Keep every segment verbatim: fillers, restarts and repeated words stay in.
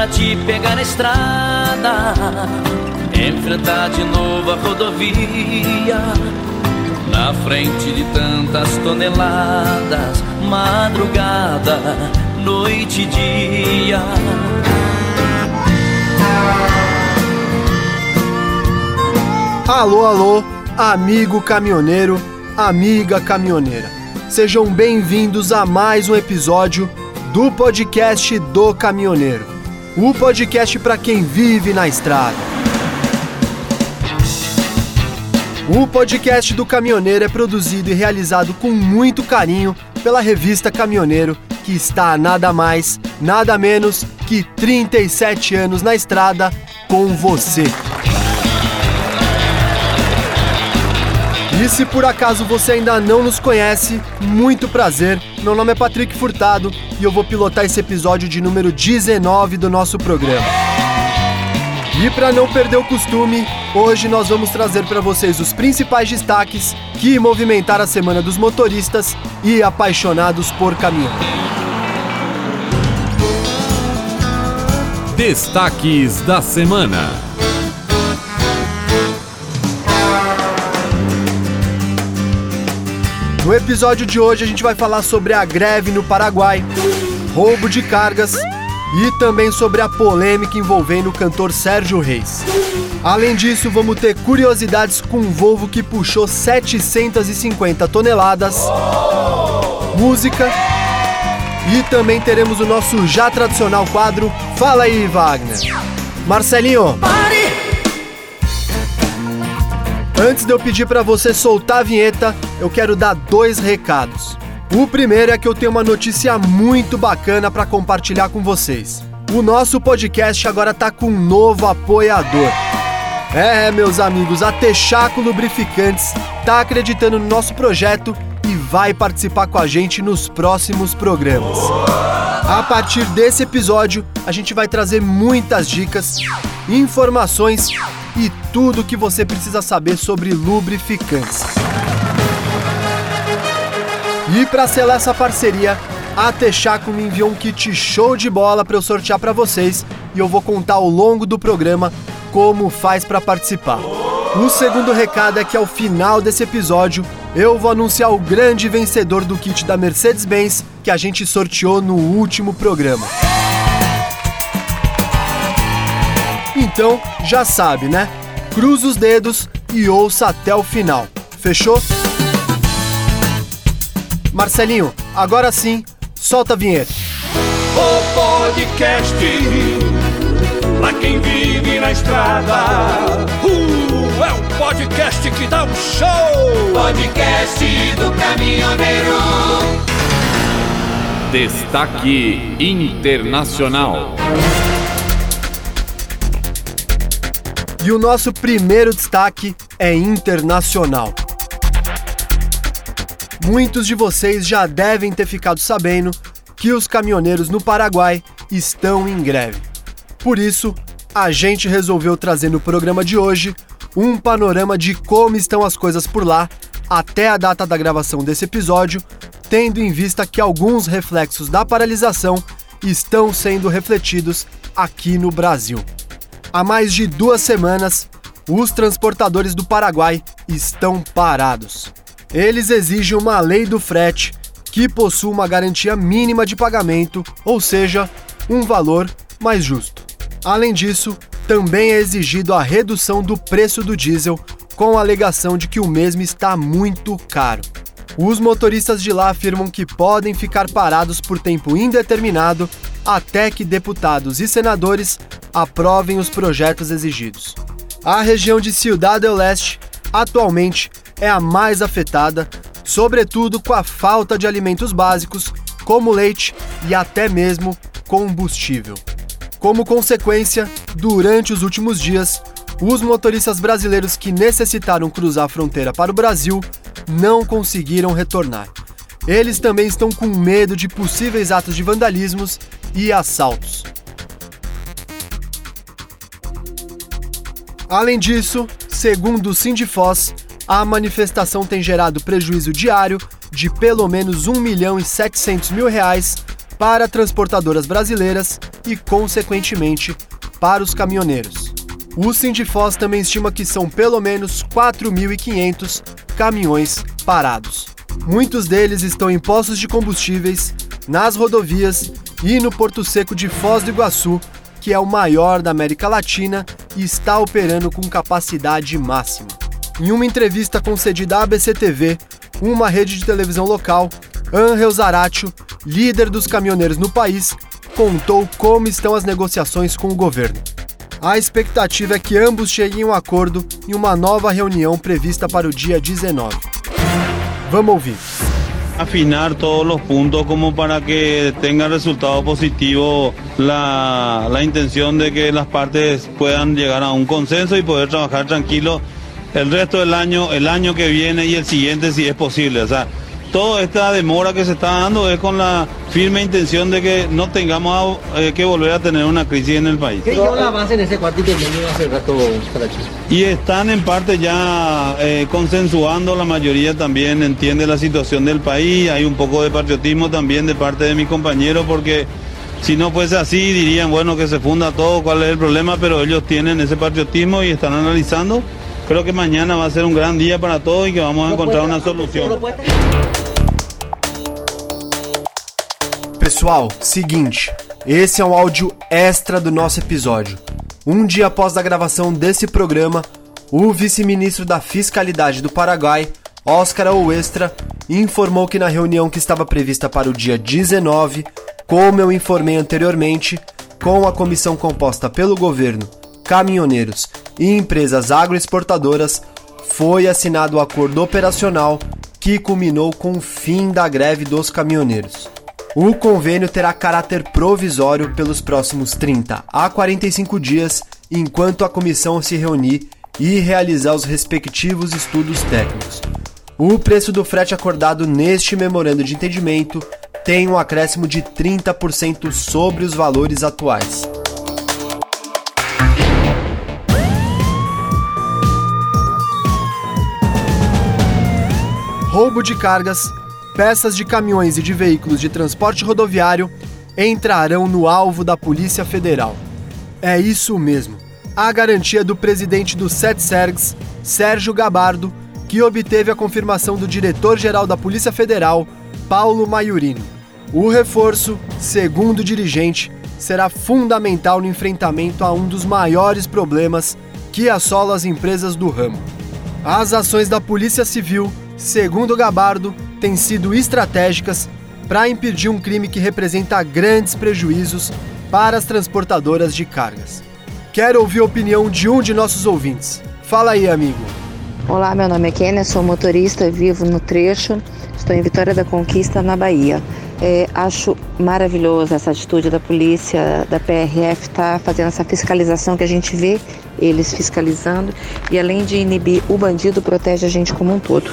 pra te pegar na estrada, enfrentar de novo a rodovia, na frente de tantas toneladas, madrugada, noite e dia. Alô, alô, amigo caminhoneiro, amiga caminhoneira. Sejam bem-vindos a mais um episódio do podcast do caminhoneiro. O podcast para quem vive na estrada. O podcast do caminhoneiro é produzido e realizado com muito carinho pela revista Caminhoneiro, que está há nada mais, nada menos que trinta e sete anos na estrada com você. E se por acaso você ainda não nos conhece, muito prazer, meu nome é Patrick Furtado e eu vou pilotar esse episódio de número dezenove do nosso programa. E para não perder o costume, hoje nós vamos trazer para vocês os principais destaques que movimentaram a Semana dos Motoristas e Apaixonados por Caminhão. Destaques da semana. No episódio de hoje a gente vai falar sobre a greve no Paraguai, roubo de cargas e também sobre a polêmica envolvendo o cantor Sérgio Reis. Além disso, vamos ter curiosidades com um Volvo que puxou setecentas e cinquenta toneladas, música e também teremos o nosso já tradicional quadro Fala aí, Wagner. Marcelinho, pare! Antes de eu pedir para você soltar a vinheta, eu quero dar dois recados. O primeiro é que eu tenho uma notícia muito bacana para compartilhar com vocês. O nosso podcast agora tá com um novo apoiador. É, meus amigos, a Texaco Lubrificantes tá acreditando no nosso projeto e vai participar com a gente nos próximos programas. A partir desse episódio, a gente vai trazer muitas dicas, informações e tudo o que você precisa saber sobre lubrificantes. E para selar essa parceria, a Texaco me enviou um kit show de bola para eu sortear para vocês e eu vou contar ao longo do programa como faz para participar. O segundo recado é que ao final desse episódio eu vou anunciar o grande vencedor do kit da Mercedes-Benz que a gente sorteou no último programa. Então, já sabe, né? Cruza os dedos e ouça até o final. Fechou? Marcelinho, agora sim, solta a vinheta. O podcast pra quem vive na estrada. Uh, é um podcast que dá um show. Podcast do caminhoneiro. Destaque Internacional. E o nosso primeiro destaque é internacional. Muitos de vocês já devem ter ficado sabendo que os caminhoneiros no Paraguai estão em greve. Por isso, a gente resolveu trazer no programa de hoje um panorama de como estão as coisas por lá até a data da gravação desse episódio, tendo em vista que alguns reflexos da paralisação estão sendo refletidos aqui no Brasil. Há mais de duas semanas, os transportadores do Paraguai estão parados. Eles exigem uma lei do frete que possua uma garantia mínima de pagamento, ou seja, um valor mais justo. Além disso, também é exigido a redução do preço do diesel, com a alegação de que o mesmo está muito caro. Os motoristas de lá afirmam que podem ficar parados por tempo indeterminado até que deputados e senadores aprovem os projetos exigidos. A região de Ciudad del Este, atualmente, é a mais afetada, sobretudo com a falta de alimentos básicos, como leite e até mesmo combustível. Como consequência, durante os últimos dias, os motoristas brasileiros que necessitaram cruzar a fronteira para o Brasil não conseguiram retornar. Eles também estão com medo de possíveis atos de vandalismos e assaltos. Além disso, segundo o Sindifós, a manifestação tem gerado prejuízo diário de pelo menos um milhão e setecentos mil reais para transportadoras brasileiras e, consequentemente, para os caminhoneiros. O Sindifós também estima que são pelo menos quatro mil e quinhentos caminhões parados. Muitos deles estão em postos de combustíveis, nas rodovias e no Porto Seco de Foz do Iguaçu, que é o maior da América Latina e está operando com capacidade máxima. Em uma entrevista concedida à A B C T V, uma rede de televisão local, Ángel Zaratio, líder dos caminhoneiros no país, contou como estão as negociações com o governo. A expectativa é que ambos cheguem a um acordo em uma nova reunião prevista para o dia dezenove. Vamos ouvir. Afinar todos los puntos como para que tenga resultado positivo la, la intención de que las partes puedan llegar a un consenso y poder trabajar tranquilo el resto del año, el año que viene y el siguiente si es posible. O sea, toda esta demora que se está dando es con la firme intención de que no tengamos eh, que volver a tener una crisis en el país. ¿Qué lleva el avance en ese cuarto que venía hace rato, Zaratio? Y están en parte ya eh, consensuando, la mayoría también entiende la situación del país, hay un poco de patriotismo también de parte de mis compañeros porque si no fuese así dirían bueno que se funda todo, cuál es el problema, pero ellos tienen ese patriotismo y están analizando. Creo que mañana va a ser un gran día para todos y que vamos a encontrar una solución. Pessoal, seguinte, esse é um áudio extra do nosso episódio. Um dia após a gravação desse programa, o vice-ministro da Fiscalidade do Paraguai, Óscar Auestra, informou que na reunião que estava prevista para o dia dezenove, como eu informei anteriormente, com a comissão composta pelo governo, caminhoneiros e empresas agroexportadoras, foi assinado o acordo operacional que culminou com o fim da greve dos caminhoneiros. O convênio terá caráter provisório pelos próximos trinta a quarenta e cinco dias, enquanto a comissão se reunir e realizar os respectivos estudos técnicos. O preço do frete acordado neste memorando de entendimento tem um acréscimo de trinta por cento sobre os valores atuais. Roubo de cargas, peças de caminhões e de veículos de transporte rodoviário entrarão no alvo da Polícia Federal. É isso mesmo. A garantia do presidente do SETSERGS, Sérgio Gabardo, que obteve a confirmação do diretor-geral da Polícia Federal, Paulo Maiorino. O reforço, segundo o dirigente, será fundamental no enfrentamento a um dos maiores problemas que assola as empresas do ramo. As ações da Polícia Civil, segundo Gabardo, têm sido estratégicas para impedir um crime que representa grandes prejuízos para as transportadoras de cargas. Quero ouvir a opinião de um de nossos ouvintes. Fala aí, amigo. Olá, meu nome é Kênia, sou motorista, vivo no trecho, estou em Vitória da Conquista, na Bahia. É, acho maravilhosa essa atitude da polícia, da P R F, tá fazendo essa fiscalização que a gente vê eles fiscalizando e além de inibir o bandido, protege a gente como um todo.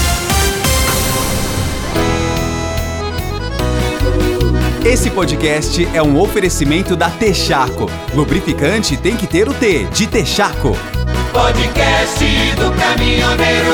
Esse podcast é um oferecimento da Texaco. Lubrificante tem que ter o T de Texaco. Podcast do caminhoneiro.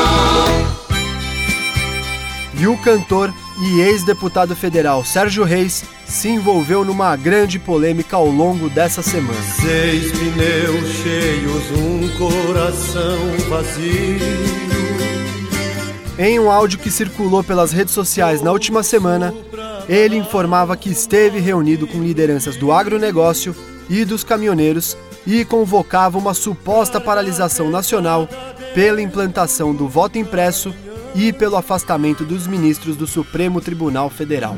E o cantor e ex-deputado federal Sérgio Reis se envolveu numa grande polêmica ao longo dessa semana. Seis pneus cheios, um coração vazio. Em um áudio que circulou pelas redes sociais na última semana, ele informava que esteve reunido com lideranças do agronegócio e dos caminhoneiros e convocava uma suposta paralisação nacional pela implantação do voto impresso e pelo afastamento dos ministros do Supremo Tribunal Federal.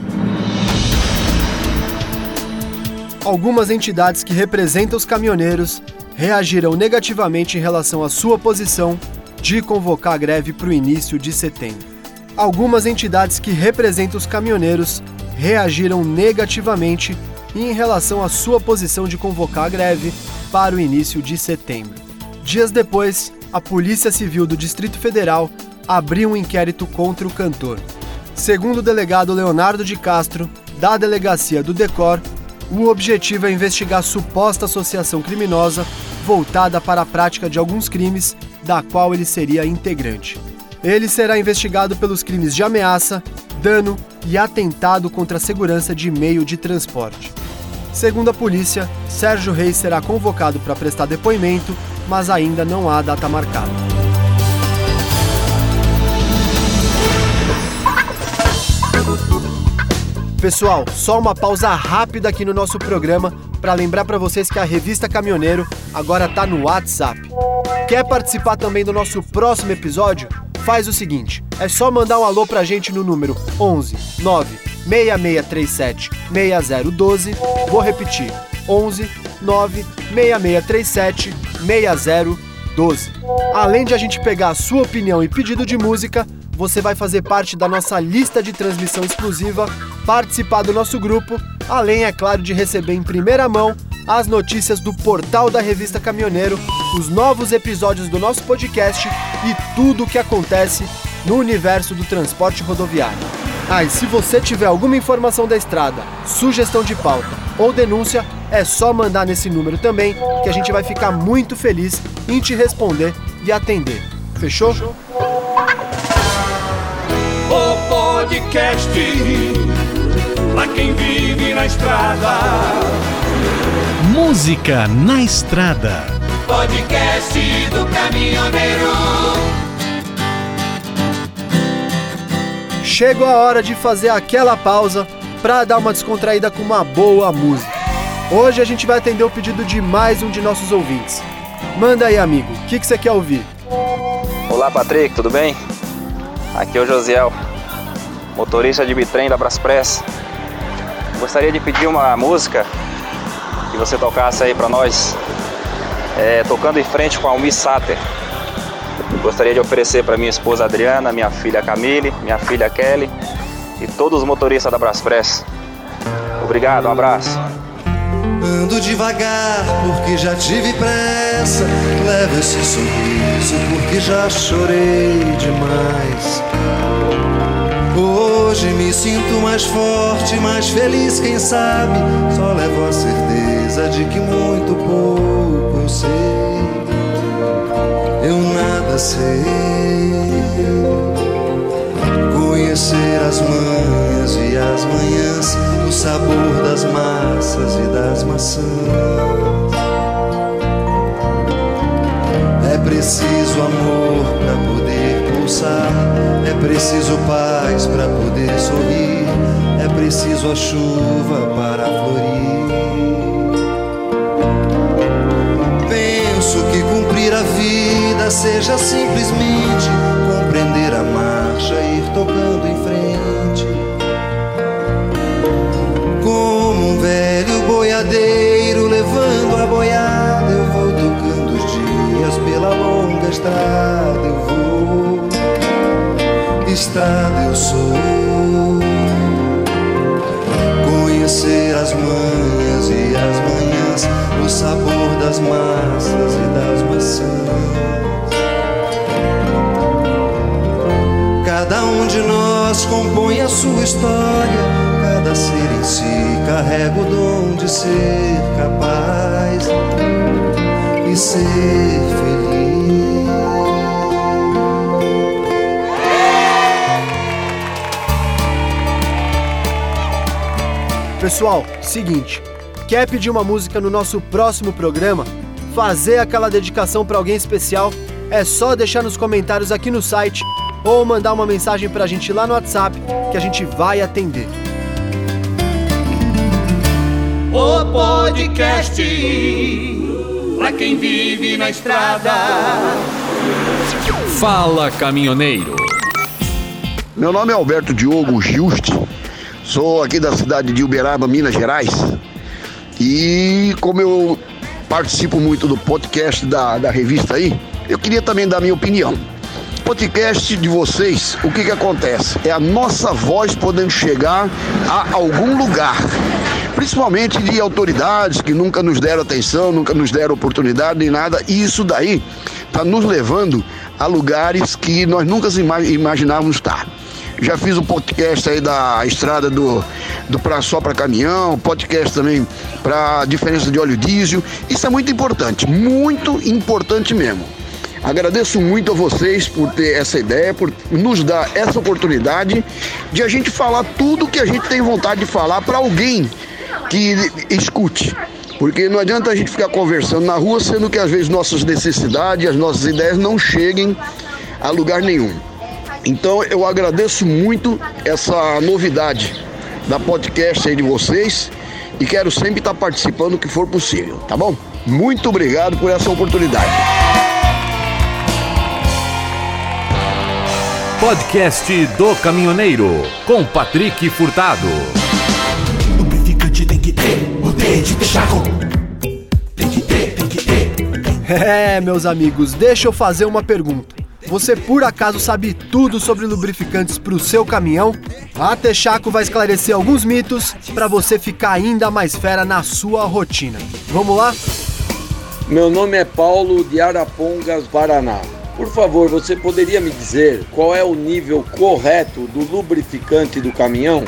Algumas entidades que representam os caminhoneiros reagiram negativamente em relação à sua posição de convocar a greve para o início de setembro. Algumas entidades que representam os caminhoneiros reagiram negativamente em relação à sua posição de convocar a greve para o início de setembro. Dias depois, a Polícia Civil do Distrito Federal abriu um inquérito contra o cantor. Segundo o delegado Leonardo de Castro, da delegacia do Decor, o objetivo é investigar suposta associação criminosa voltada para a prática de alguns crimes, da qual ele seria integrante. Ele será investigado pelos crimes de ameaça, dano e atentado contra a segurança de meio de transporte. Segundo a polícia, Sérgio Reis será convocado para prestar depoimento, mas ainda não há data marcada. Pessoal, só uma pausa rápida aqui no nosso programa para lembrar para vocês que a Revista Caminhoneiro agora está no WhatsApp. Quer participar também do nosso próximo episódio? Faz o seguinte, é só mandar um alô pra gente no número onze nove seis seis três sete seis zero um dois. Vou repetir, onze nove seis seis três sete seis zero um dois. Além de a gente pegar a sua opinião e pedido de música, você vai fazer parte da nossa lista de transmissão exclusiva, participar do nosso grupo, além, é claro, de receber em primeira mão as notícias do portal da Revista Caminhoneiro, os novos episódios do nosso podcast e tudo o que acontece no universo do transporte rodoviário. Ah, e se você tiver alguma informação da estrada, sugestão de pauta ou denúncia, é só mandar nesse número também, que a gente vai ficar muito feliz em te responder e atender. Fechou? O podcast pra quem vive na estrada. Música na estrada. Podcast do caminhoneiro. Chegou a hora de fazer aquela pausa para dar uma descontraída com uma boa música. Hoje a gente vai atender o pedido de mais um de nossos ouvintes. Manda aí, amigo, o que, que você quer ouvir? Olá, Patrick, tudo bem? Aqui é o Josiel, motorista de bitrem da Braspress. Gostaria de pedir uma música que você tocasse aí pra nós, é, tocando em frente com a Almi Sater. Gostaria de oferecer para minha esposa Adriana, minha filha Camille, minha filha Kelly e todos os motoristas da Braspress. Obrigado, um abraço. Ando devagar porque já tive pressa, levo esse sorriso porque já chorei demais. Hoje me sinto mais forte, mais feliz, quem sabe. Só levo a certeza de que muito pouco eu sei. Eu nada sei. Conhecer as manhas e as manhãs, o sabor das massas e das maçãs. É preciso amor pra poder pulsar, é preciso paz pra poder sorrir, é preciso a chuva para florir. Penso que cumprir a vida seja simplesmente compreender a marcha e ir tocando em frente. Como um velho boiadeiro levando a boiada, eu vou tocando os dias pela longa estrada. Eu vou, estrada eu sou. Conhecer as manhas e as manhãs, o sabor das massas e das maçãs. Cada um de nós compõe a sua história, cada ser em si carrega o dom de ser capaz e ser feliz. Pessoal, seguinte, quer pedir uma música no nosso próximo programa? Fazer aquela dedicação para alguém especial? É só deixar nos comentários aqui no site ou mandar uma mensagem pra gente lá no WhatsApp que a gente vai atender. O podcast pra quem vive na estrada. Fala, caminhoneiro. Meu nome é Alberto Diogo Giusti, sou aqui da cidade de Uberaba, Minas Gerais. E como eu participo muito do podcast da, da revista aí, eu queria também dar minha opinião. Podcast de vocês, o que que acontece? É a nossa voz podendo chegar a algum lugar, principalmente de autoridades que nunca nos deram atenção, nunca nos deram oportunidade nem nada, e isso daí está nos levando a lugares que nós nunca imaginávamos estar. Já fiz o um podcast aí da estrada do, do pra, só para caminhão, podcast também para diferença de óleo diesel. Isso é muito importante, muito importante mesmo. Agradeço muito a vocês por ter essa ideia, por nos dar essa oportunidade de a gente falar tudo que a gente tem vontade de falar para alguém que escute. Porque não adianta a gente ficar conversando na rua, sendo que às vezes nossas necessidades, as nossas ideias não cheguem a lugar nenhum. Então eu agradeço muito essa novidade da podcast aí de vocês e quero sempre estar participando do que for possível, tá bom? Muito obrigado por essa oportunidade. Podcast do Caminhoneiro, com Patrick Furtado. Lubrificante tem que ter, odeio de Texaco. Tem que ter, tem que ter. É, meus amigos, deixa eu fazer uma pergunta. Você por acaso sabe tudo sobre lubrificantes para o seu caminhão? A Texaco vai esclarecer alguns mitos para você ficar ainda mais fera na sua rotina. Vamos lá? Meu nome é Paulo de Arapongas, Paraná. Por favor, você poderia me dizer qual é o nível correto do lubrificante do caminhão?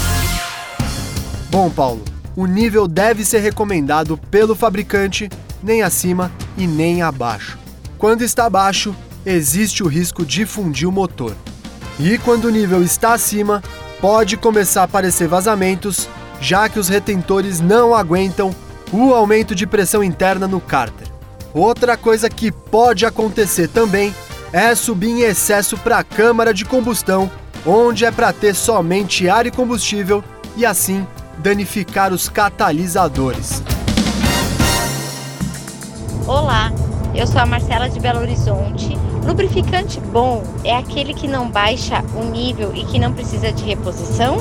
Bom, Paulo, o nível deve ser recomendado pelo fabricante, nem acima e nem abaixo. Quando está abaixo, existe o risco de fundir o motor. E quando o nível está acima, pode começar a aparecer vazamentos, já que os retentores não aguentam o aumento de pressão interna no cárter. Outra coisa que pode acontecer também é subir em excesso para a câmara de combustão, onde é para ter somente ar e combustível e assim danificar os catalisadores. Olá, eu sou a Marcela de Belo Horizonte. Lubrificante bom é aquele que não baixa o nível e que não precisa de reposição?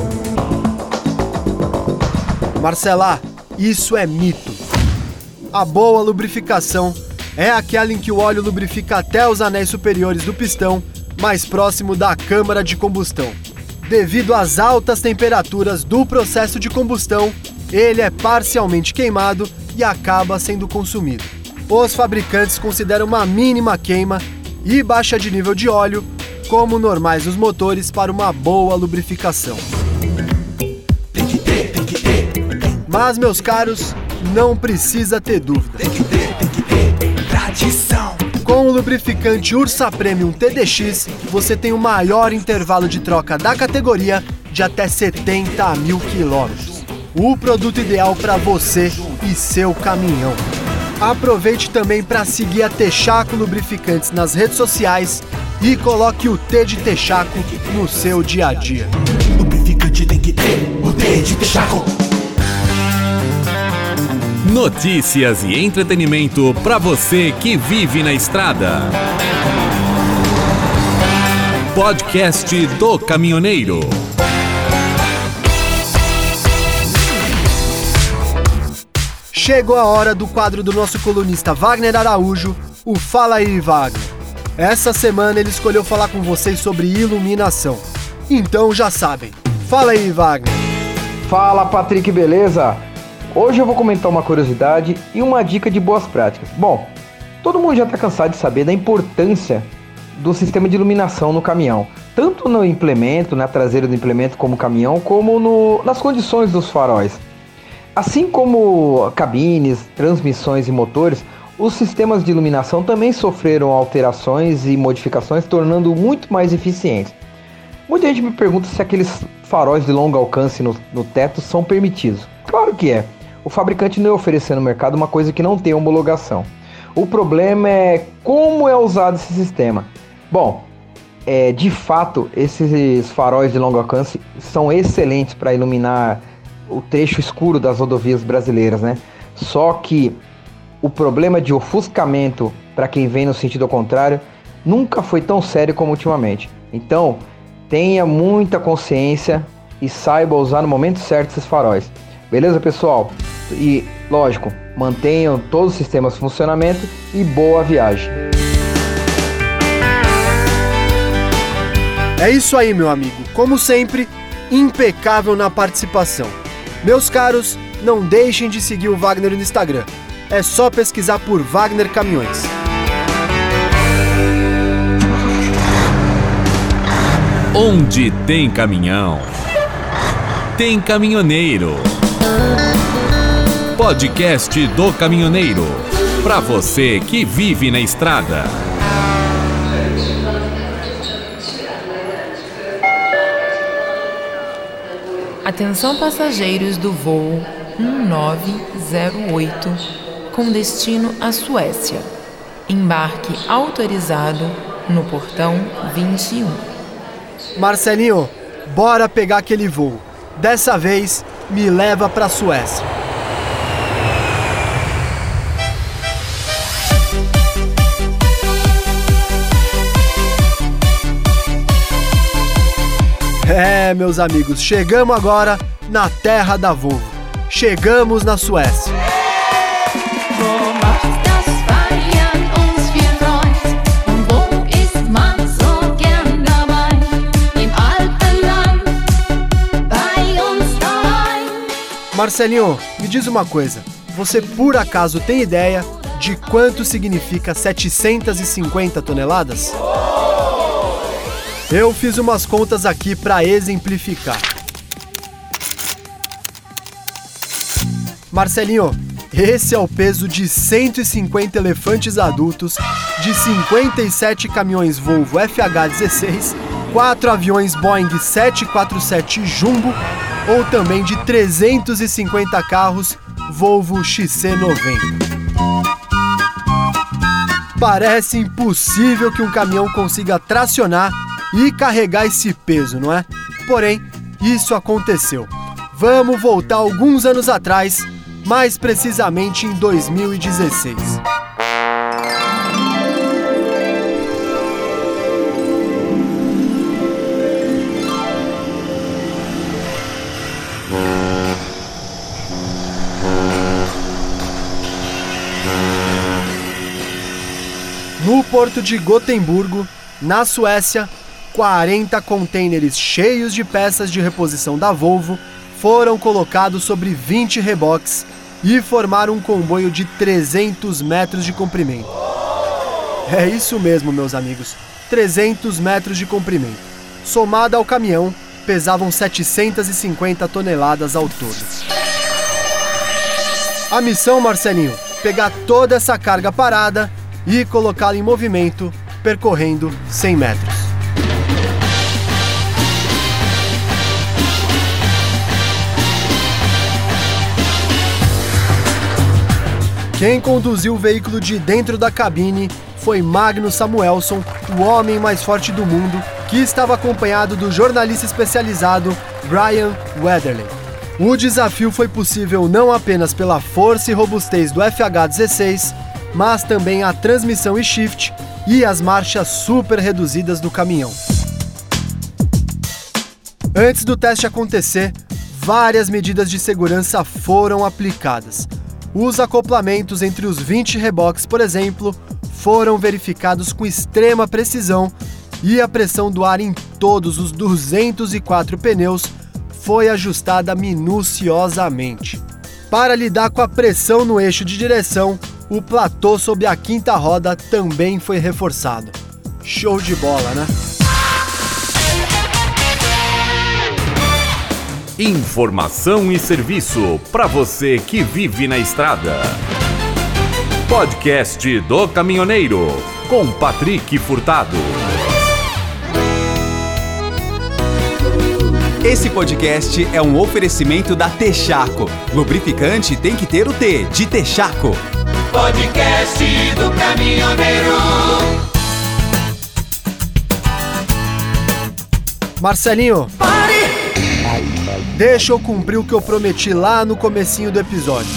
Marcela, isso é mito. A boa lubrificação é aquela em que o óleo lubrifica até os anéis superiores do pistão, mais próximo da câmara de combustão. Devido às altas temperaturas do processo de combustão, ele é parcialmente queimado e acaba sendo consumido. Os fabricantes consideram uma mínima queima e baixa de nível de óleo como normais nos motores para uma boa lubrificação. Tem que ter, tem que ter. Mas, meus caros, não precisa ter dúvida. Tem que ter, tem que ter. Tradição. Com o lubrificante Ursa Premium T D X, você tem o maior intervalo de troca da categoria de até setenta mil quilômetros. O produto ideal para você e seu caminhão. Aproveite também para seguir a Texaco Lubrificantes nas redes sociais e coloque o T de Texaco no seu dia a dia. Lubrificante tem que ter, o T de Texaco. Notícias e entretenimento para você que vive na estrada. Podcast do Caminhoneiro. Chegou a hora do quadro do nosso colunista Wagner Araújo, o Fala aí, Wagner. Essa semana ele escolheu falar com vocês sobre iluminação. Então já sabem. Fala aí, Wagner. Fala, Patrick, beleza? Hoje eu vou comentar uma curiosidade e uma dica de boas práticas. Bom, todo mundo já está cansado de saber da importância do sistema de iluminação no caminhão. Tanto no implemento, na traseira do implemento como caminhão, como no, nas condições dos faróis. Assim como cabines, transmissões e motores, os sistemas de iluminação também sofreram alterações e modificações, tornando muito mais eficientes. Muita gente me pergunta se aqueles faróis de longo alcance no, no teto são permitidos. Claro que é. O fabricante não é oferecer no mercado uma coisa que não tem homologação. O problema é como é usado esse sistema. Bom, é, de fato, esses faróis de longo alcance são excelentes para iluminar o trecho escuro das rodovias brasileiras, né? Só que o problema de ofuscamento para quem vem no sentido ao contrário nunca foi tão sério como ultimamente. Então, tenha muita consciência e saiba usar no momento certo esses faróis. Beleza, pessoal? E, lógico, mantenham todos os sistemas em funcionamento e boa viagem. É isso aí, meu amigo. Como sempre, impecável na participação. Meus caros, não deixem de seguir o Wagner no Instagram. É só pesquisar por Wagner Caminhões. Onde tem caminhão, tem caminhoneiro. Podcast do Caminhoneiro. Para você que vive na estrada. Atenção passageiros do voo um nove zero oito com destino à Suécia. Embarque autorizado no portão vinte e um. Marcelinho, bora pegar aquele voo. Dessa vez, me leva pra Suécia. É, meus amigos, chegamos agora na terra da Volvo. Chegamos na Suécia. Marcelinho, me diz uma coisa. Você por acaso tem ideia de quanto significa setecentas e cinquenta toneladas? Eu fiz umas contas aqui para exemplificar. Marcelinho, esse é o peso de cento e cinquenta elefantes adultos, de cinquenta e sete caminhões Volvo F H dezesseis, quatro aviões Boeing sete quatro sete Jumbo ou também de trezentos e cinquenta carros Volvo X C noventa. Parece impossível que um caminhão consiga tracionar e carregar esse peso, não é? Porém, isso aconteceu. Vamos voltar alguns anos atrás, mais precisamente em dois mil e dezesseis. No porto de Gotemburgo, na Suécia, quarenta contêineres cheios de peças de reposição da Volvo foram colocados sobre vinte reboques e formaram um comboio de trezentos metros de comprimento. É isso mesmo, meus amigos, trezentos metros de comprimento. Somado ao caminhão, pesavam setecentas e cinquenta toneladas ao todo. A missão, Marcelinho, pegar toda essa carga parada e colocá-la em movimento, percorrendo cem metros. Quem conduziu o veículo de dentro da cabine foi Magnus Samuelsson, o homem mais forte do mundo, que estava acompanhado do jornalista especializado Brian Weatherly. O desafio foi possível não apenas pela força e robustez do F H dezesseis, mas também a transmissão e shift e as marchas super reduzidas do caminhão. Antes do teste acontecer, várias medidas de segurança foram aplicadas. Os acoplamentos entre os vinte reboques, por exemplo, foram verificados com extrema precisão e a pressão do ar em todos os duzentos e quatro pneus foi ajustada minuciosamente. Para lidar com a pressão no eixo de direção, o platô sob a quinta roda também foi reforçado. Show de bola, né? Informação e serviço para você que vive na estrada. Podcast do Caminhoneiro, com Patrick Furtado. Esse podcast é um oferecimento da Texaco. Lubrificante tem que ter o T de Texaco. Podcast do Caminhoneiro. Marcelinho, pare! Deixa eu cumprir o que eu prometi lá no comecinho do episódio.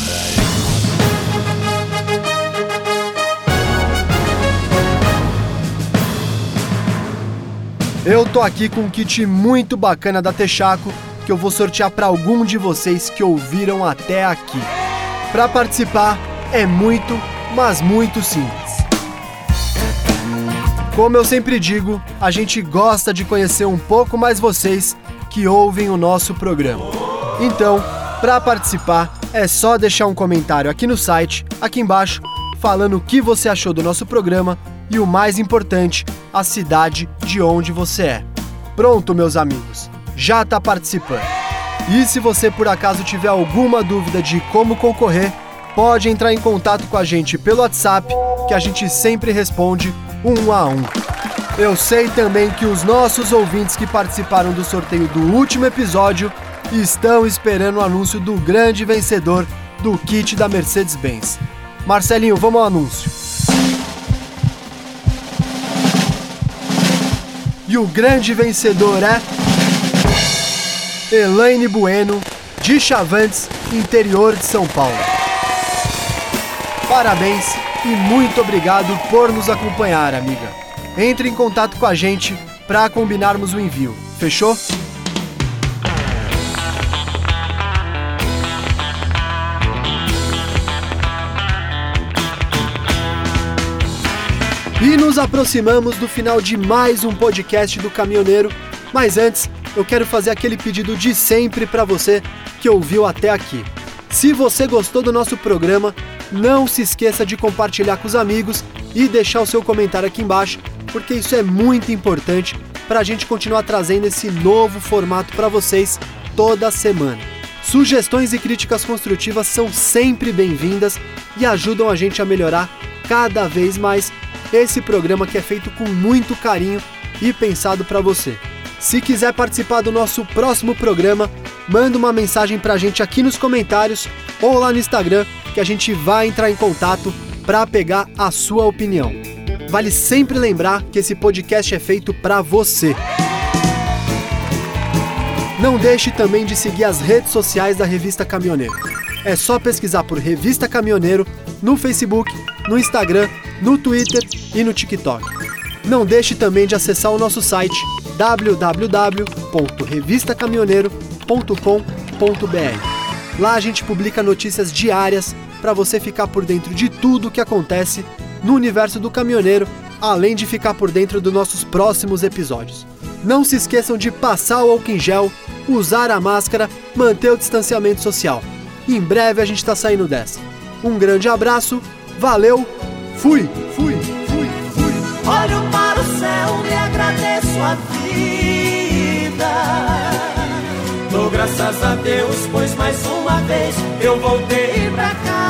Eu tô aqui com um kit muito bacana da Texaco que eu vou sortear para algum de vocês que ouviram até aqui. Para participar é muito, mas muito simples. Como eu sempre digo, a gente gosta de conhecer um pouco mais vocês que ouvem o nosso programa. Então, para participar, é só deixar um comentário aqui no site, aqui embaixo, falando o que você achou do nosso programa e, o mais importante, a cidade de onde você é. Pronto, meus amigos, já está participando. E se você por acaso tiver alguma dúvida de como concorrer, pode entrar em contato com a gente pelo WhatsApp, que a gente sempre responde um a um. Eu sei também que os nossos ouvintes que participaram do sorteio do último episódio estão esperando o anúncio do grande vencedor do kit da Mercedes-Benz. Marcelinho, vamos ao anúncio. E o grande vencedor é Elaine Bueno, de Chavantes, interior de São Paulo. Parabéns e muito obrigado por nos acompanhar, amiga. Entre em contato com a gente para combinarmos o envio. Fechou? E nos aproximamos do final de mais um podcast do Caminhoneiro, mas antes eu quero fazer aquele pedido de sempre para você que ouviu até aqui. Se você gostou do nosso programa, não se esqueça de compartilhar com os amigos e deixar o seu comentário aqui embaixo, porque isso é muito importante para a gente continuar trazendo esse novo formato para vocês toda semana. Sugestões e críticas construtivas são sempre bem-vindas e ajudam a gente a melhorar cada vez mais esse programa que é feito com muito carinho e pensado para você. Se quiser participar do nosso próximo programa, manda uma mensagem pra gente aqui nos comentários ou lá no Instagram, que a gente vai entrar em contato para pegar a sua opinião. Vale sempre lembrar que esse podcast é feito para você. Não deixe também de seguir as redes sociais da Revista Caminhoneiro. É só pesquisar por Revista Caminhoneiro no Facebook, no Instagram, no Twitter e no TikTok. Não deixe também de acessar o nosso site w w w ponto revista caminhoneiro ponto com ponto b r. Lá a gente publica notícias diárias para você ficar por dentro de tudo o que acontece no universo do caminhoneiro, além de ficar por dentro dos nossos próximos episódios. Não se esqueçam de passar o álcool em gel, usar a máscara, manter o distanciamento social. Em breve a gente está saindo dessa. Um grande abraço, valeu, fui, fui, fui, fui. Olho para o céu e agradeço a vida. Dou graças a Deus, pois mais uma vez eu voltei pra casa.